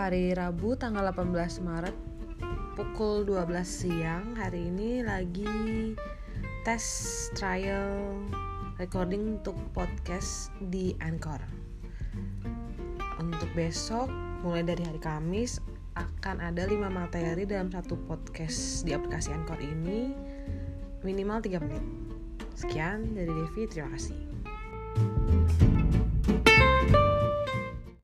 Hari Rabu tanggal 18 Maret pukul 12 siang. Hari ini lagi tes trial recording untuk podcast di Anchor. Untuk besok mulai dari hari Kamis akan ada 5 materi dalam satu podcast di aplikasi Anchor ini, minimal 3 menit. Sekian dari Devi, terima kasih.